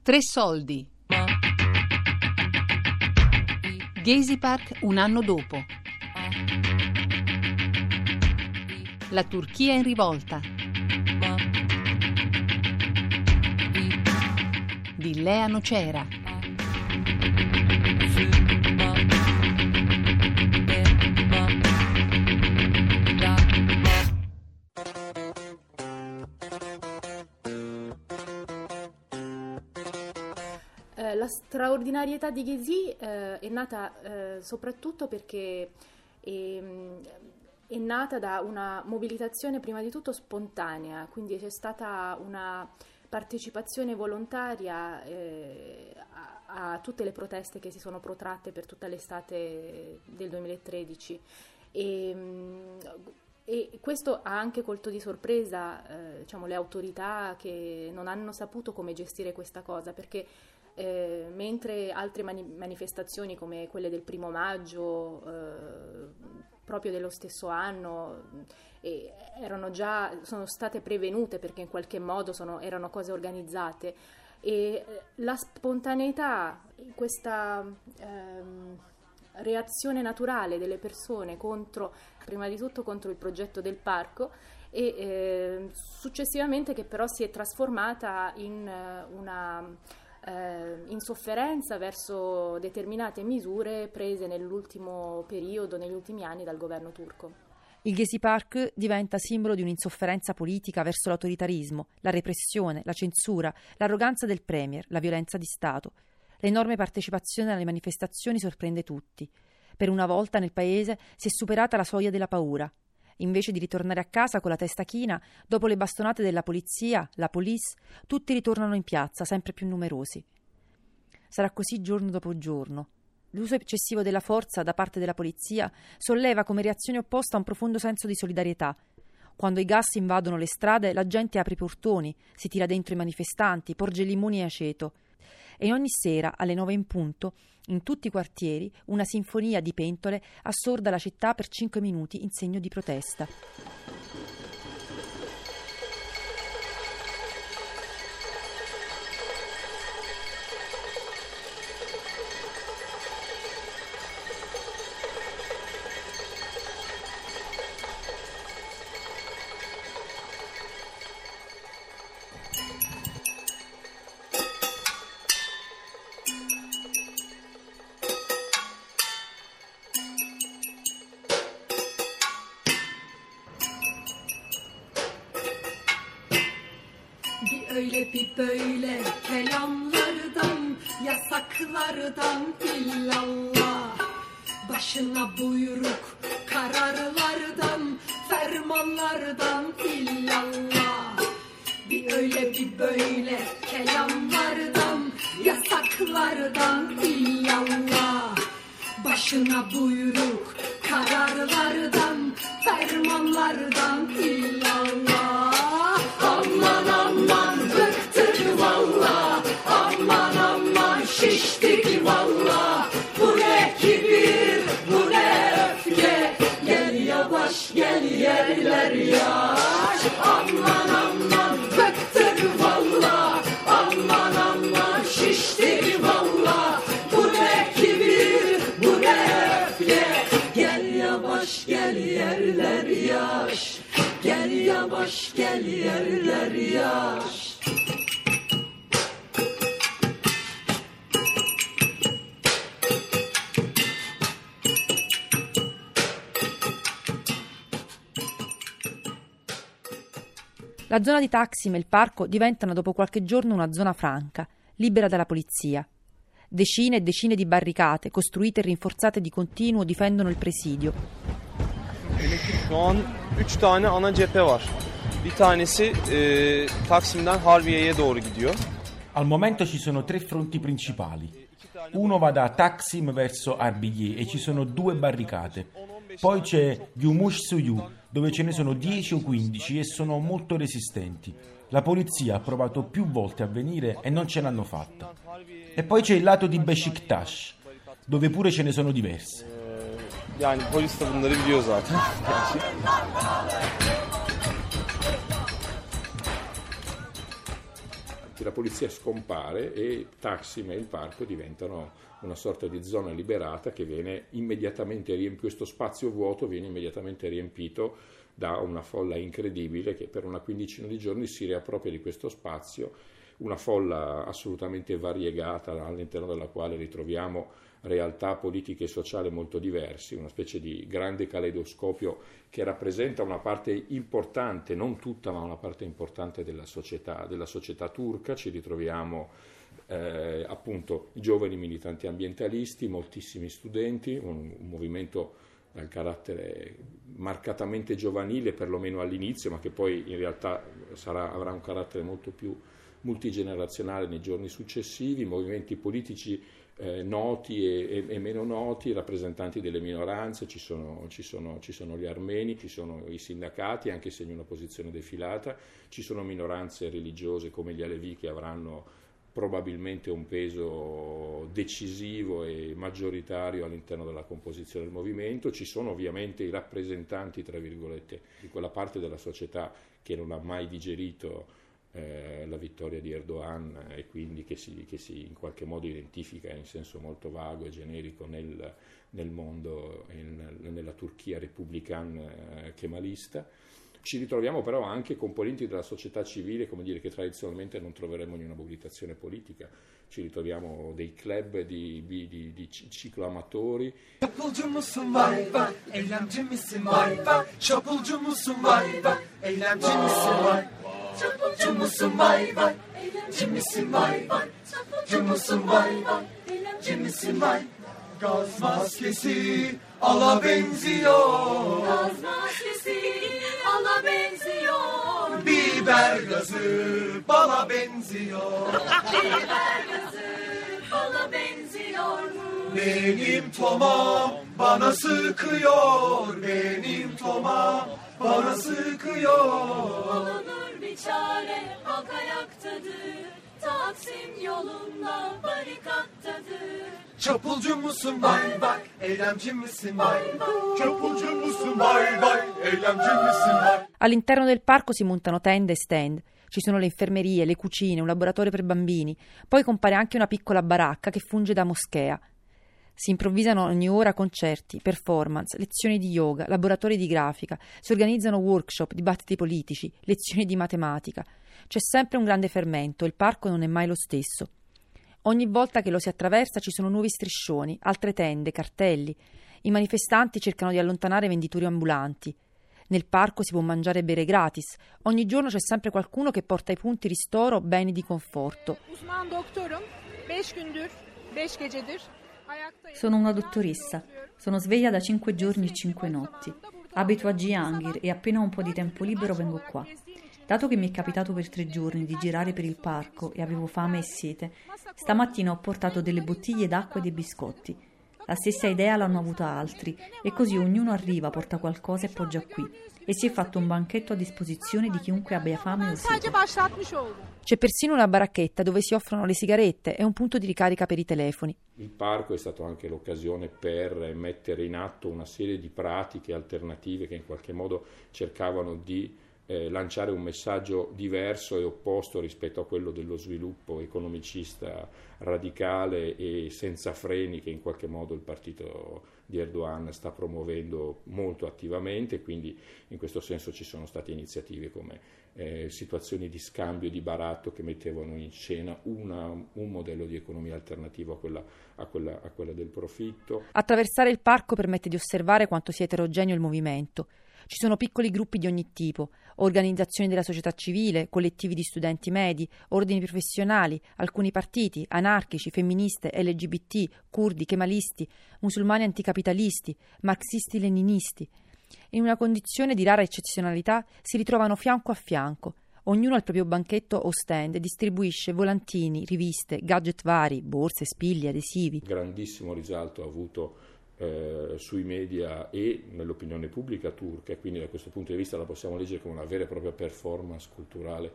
Tre soldi. Gezi Park un anno dopo. La Turchia in rivolta. Di Lea Nocera. La straordinarietà di Gezi è nata soprattutto perché è nata da una mobilitazione prima di tutto spontanea, quindi c'è stata una partecipazione volontaria a tutte le proteste che si sono protratte per tutta l'estate del 2013 e questo ha anche colto di sorpresa le autorità che non hanno saputo come gestire questa cosa, perché mentre altre manifestazioni come quelle del 1° maggio proprio dello stesso anno sono state prevenute perché in qualche modo erano cose organizzate, e la spontaneità, questa reazione naturale delle persone prima di tutto contro il progetto del parco e successivamente che però si è trasformata in una insofferenza verso determinate misure prese nell'ultimo periodo, negli ultimi anni dal governo turco. Il Gezi Park diventa simbolo di un'insofferenza politica verso l'autoritarismo, la repressione, la censura, l'arroganza del premier, la violenza di Stato. L'enorme partecipazione alle manifestazioni sorprende tutti. Per una volta nel paese si è superata la soglia della paura. Invece di ritornare a casa con la testa china, dopo le bastonate della polizia, la police, tutti ritornano in piazza, sempre più numerosi. Sarà così giorno dopo giorno. L'uso eccessivo della forza da parte della polizia solleva come reazione opposta un profondo senso di solidarietà. Quando i gas invadono le strade, la gente apre i portoni, si tira dentro i manifestanti, porge limoni e aceto. E ogni sera, alle 9 in punto, in tutti i quartieri, una sinfonia di pentole assorda la città per 5 minuti in segno di protesta. Öyle bir böyle kelamlardan, yasaklardan illallah. Başına buyruk, kararlardan, fermanlardan illallah. Bir öyle bir böyle kelamlardan, yasaklardan illallah. Başına buyruk, kararlardan, fermanlardan illallah. Aman aman bıktık valla, aman aman şiştik valla. Bu ne kibir, bu ne öfke, gel yavaş gel yerler yaş. Aman aman bıktık valla, aman aman şiştik valla. Bu ne kibir, bu ne öfke, gel yavaş gel yerler yaş. Gel yavaş gel yerler yaş. La zona di Taksim e il parco diventano dopo qualche giorno una zona franca, libera dalla polizia. Decine e decine di barricate, costruite e rinforzate di continuo, difendono il presidio. Şu an 3 tane ana cephe var. Bir tanesi Taksim'den Harbiye'ye doğru gidiyor. Al momento ci sono 3 fronti principali. Uno va da Taksim verso Harbiye e ci sono 2 barricate. Poi c'è Gümüş Suyu, dove ce ne sono 10 o 15 e sono molto resistenti. La polizia ha provato più volte a venire e non ce l'hanno fatta. E poi c'è il lato di Beşiktaş, dove pure ce ne sono diverse. Yani polis de bunları biliyor zaten. La polizia scompare e Taksim e il parco diventano una sorta di zona liberata che viene immediatamente riempito, questo spazio vuoto viene immediatamente riempito da una folla incredibile che per una quindicina di giorni si riappropria di questo spazio, una folla assolutamente variegata all'interno della quale ritroviamo realtà politiche e sociali molto diverse, una specie di grande caleidoscopio che rappresenta una parte importante, non tutta ma una parte importante della società turca. Ci ritroviamo appunto giovani militanti ambientalisti, moltissimi studenti, un movimento dal carattere marcatamente giovanile perlomeno all'inizio, ma che poi in realtà avrà un carattere molto più multigenerazionale nei giorni successivi, movimenti politici noti e meno noti, rappresentanti delle minoranze, ci sono gli armeni, ci sono i sindacati, anche se in una posizione defilata, ci sono minoranze religiose come gli Alevi che avranno probabilmente un peso decisivo e maggioritario all'interno della composizione del movimento, ci sono ovviamente i rappresentanti, tra virgolette, di quella parte della società che non ha mai digerito la vittoria di Erdogan e quindi che si in qualche modo identifica in senso molto vago e generico nel mondo e nella Turchia repubblicana kemalista. Ci ritroviamo però anche componenti della società civile, come dire, che tradizionalmente non troveremo in una mobilitazione politica. Ci ritroviamo dei club di cicloamatori. Çapulcu musun vay vay, eylemci misin vay vay, çapulcu musun vay vay, eylemci misin vay. Çapulcu musun vay vay, eylemci misin vay vay, çapulcu musun vay vay, eylemci misin vay. Gaz maskesi ala benziyor. Gaz maskesi ala benziyor. Biber gazı bala benziyor. Biber gazı bala benziyor. Benim tomam bana sıkıyor. Benim tomam bana sıkıyor. Bulunur bir çare halk ayaktadır. Taksim yolunda barikattadır. Çapulcu musun vay vay, eylemci misin vay vay. Çapulcu musun vay vay, eylemci misin vay. All'interno del parco si montano tende e stand. Ci sono le infermerie, le cucine, un laboratorio per bambini. Poi compare anche una piccola baracca che funge da moschea. Si improvvisano ogni ora concerti, performance, lezioni di yoga, laboratori di grafica, si organizzano workshop, dibattiti politici, lezioni di matematica. C'è sempre un grande fermento, il parco non è mai lo stesso. Ogni volta che lo si attraversa ci sono nuovi striscioni, altre tende, cartelli. I manifestanti cercano di allontanare venditori ambulanti. Nel parco si può mangiare e bere gratis. Ogni giorno c'è sempre qualcuno che porta ai punti ristoro beni di conforto. Sono una dottoressa. Sono sveglia da 5 giorni e 5 notti. Abito a Cihangir e appena ho un po' di tempo libero vengo qua. Dato che mi è capitato per 3 giorni di girare per il parco e avevo fame e sete, stamattina ho portato delle bottiglie d'acqua e dei biscotti. La stessa idea l'hanno avuta altri e così ognuno arriva, porta qualcosa e poggia qui. E si è fatto un banchetto a disposizione di chiunque abbia fame o sete. C'è persino una baracchetta dove si offrono le sigarette e un punto di ricarica per i telefoni. Il parco è stato anche l'occasione per mettere in atto una serie di pratiche alternative che in qualche modo cercavano di lanciare un messaggio diverso e opposto rispetto a quello dello sviluppo economicista radicale e senza freni che in qualche modo il partito di Erdogan sta promuovendo molto attivamente, quindi in questo senso ci sono state iniziative come situazioni di scambio e di baratto che mettevano in scena un modello di economia alternativo a quella del profitto. Attraversare il parco permette di osservare quanto sia eterogeneo il movimento. Ci sono piccoli gruppi di ogni tipo, organizzazioni della società civile, collettivi di studenti medi, ordini professionali, alcuni partiti, anarchici, femministe, LGBT, curdi, kemalisti, musulmani anticapitalisti, marxisti-leninisti. In una condizione di rara eccezionalità si ritrovano fianco a fianco. Ognuno ha il proprio banchetto o stand e distribuisce volantini, riviste, gadget vari, borse, spilli, adesivi. Grandissimo risalto ha avuto sui media e nell'opinione pubblica turca, e quindi da questo punto di vista la possiamo leggere come una vera e propria performance culturale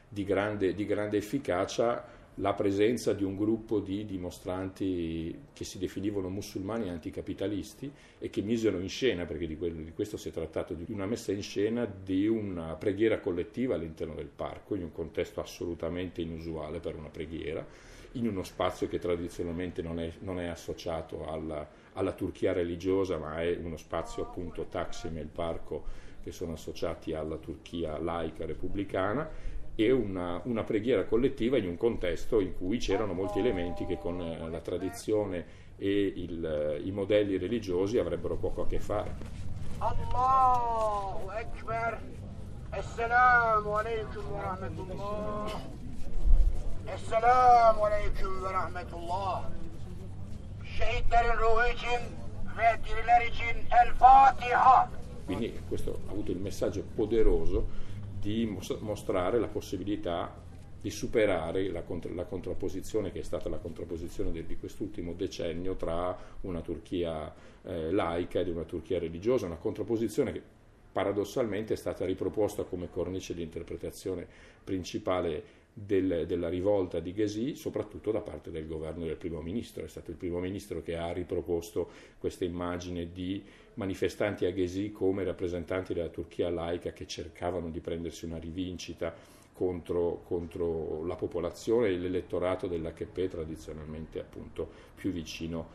di grande efficacia la presenza di un gruppo di dimostranti che si definivano musulmani anticapitalisti e che misero in scena, perché di questo si è trattato, di una messa in scena di una preghiera collettiva all'interno del parco, in un contesto assolutamente inusuale per una preghiera, in uno spazio che tradizionalmente non è associato alla Turchia religiosa, ma è uno spazio, appunto, Taksim e il parco, che sono associati alla Turchia laica repubblicana, e una preghiera collettiva in un contesto in cui c'erano molti elementi che con la tradizione e i modelli religiosi avrebbero poco a che fare. Allahu Ekber, Assalamu alaikum wa rahmatullah, Assalamu alaikum wa rahmatullah, şehitlerin ruhu için ve diriler için El Fatiha. Quindi questo ha avuto il messaggio poderoso di mostrare la possibilità di superare la contrapposizione che è stata la contrapposizione di quest'ultimo decennio tra una Turchia laica ed una Turchia religiosa, una contrapposizione che paradossalmente è stata riproposta come cornice di interpretazione principale della rivolta di Gezi, soprattutto da parte del governo del primo ministro. È stato il primo ministro che ha riproposto questa immagine di manifestanti a Gezi come rappresentanti della Turchia laica che cercavano di prendersi una rivincita contro la popolazione e l'elettorato dell'AKP, tradizionalmente, appunto, più vicino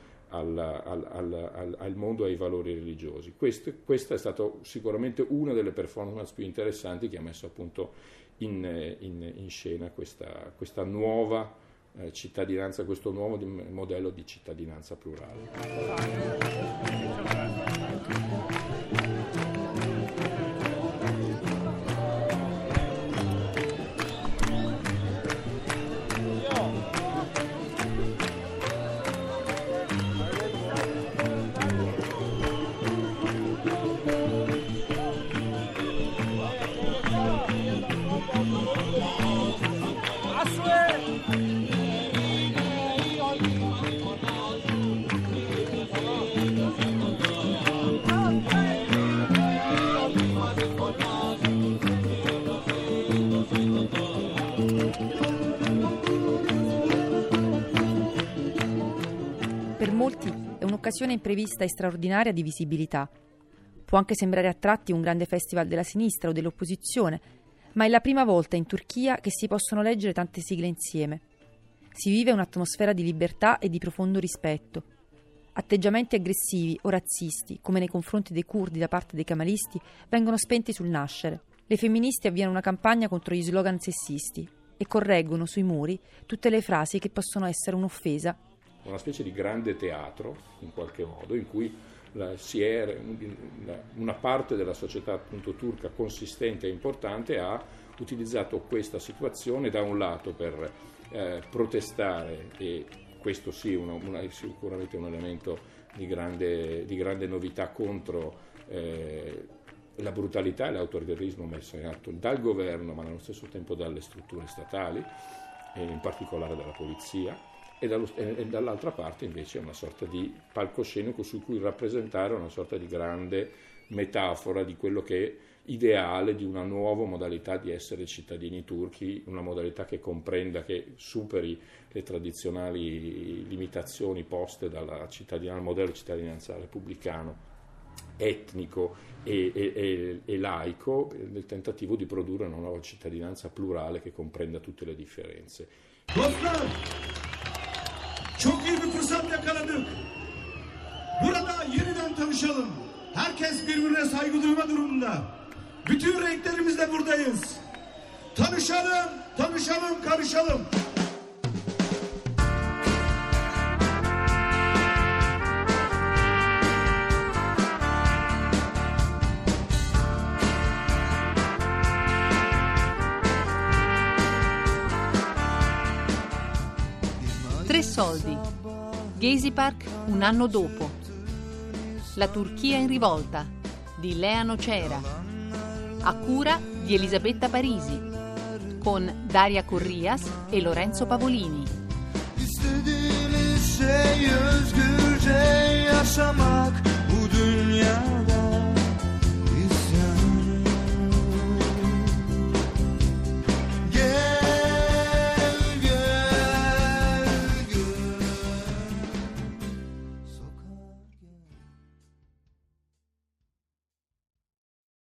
al mondo e ai valori religiosi. Questa è stata sicuramente una delle performance più interessanti che ha messo, appunto, in scena questa nuova cittadinanza, questo nuovo modello di cittadinanza plurale. Per molti è un'occasione imprevista e straordinaria di visibilità. Può anche sembrare a tratti un grande festival della sinistra o dell'opposizione, ma è la prima volta in Turchia che si possono leggere tante sigle insieme. Si vive un'atmosfera di libertà e di profondo rispetto. Atteggiamenti aggressivi o razzisti, come nei confronti dei curdi da parte dei kemalisti, vengono spenti sul nascere. Le femministe avviano una campagna contro gli slogan sessisti e correggono sui muri tutte le frasi che possono essere un'offesa. Una specie di grande teatro, in qualche modo, in cui una parte della società, appunto, turca consistente e importante ha utilizzato questa situazione da un lato per protestare, e questo sì è sicuramente un elemento di grande novità, contro la brutalità e l'autoritarismo messo in atto dal governo, ma nello stesso tempo dalle strutture statali, e in particolare dalla polizia. E dall'altra parte invece una sorta di palcoscenico su cui rappresentare una sorta di grande metafora di quello che è ideale di una nuova modalità di essere cittadini turchi, una modalità che comprenda, che superi le tradizionali limitazioni poste dal modello cittadinanza repubblicano, etnico e laico, nel tentativo di produrre una nuova cittadinanza plurale che comprenda tutte le differenze. Çok iyi bir fırsat yakaladık. Burada yeniden tanışalım. Herkes birbirine saygı duyma durumunda. Bütün renklerimizle buradayız. Tanışalım, tanışalım, karışalım. Tre soldi. Gezi Park un anno dopo. La Turchia in rivolta di Lea Nocera. A cura di Elisabetta Parisi. Con Daria Corrias e Lorenzo Pavolini. İstediğimiz şey özgürce yaşamak.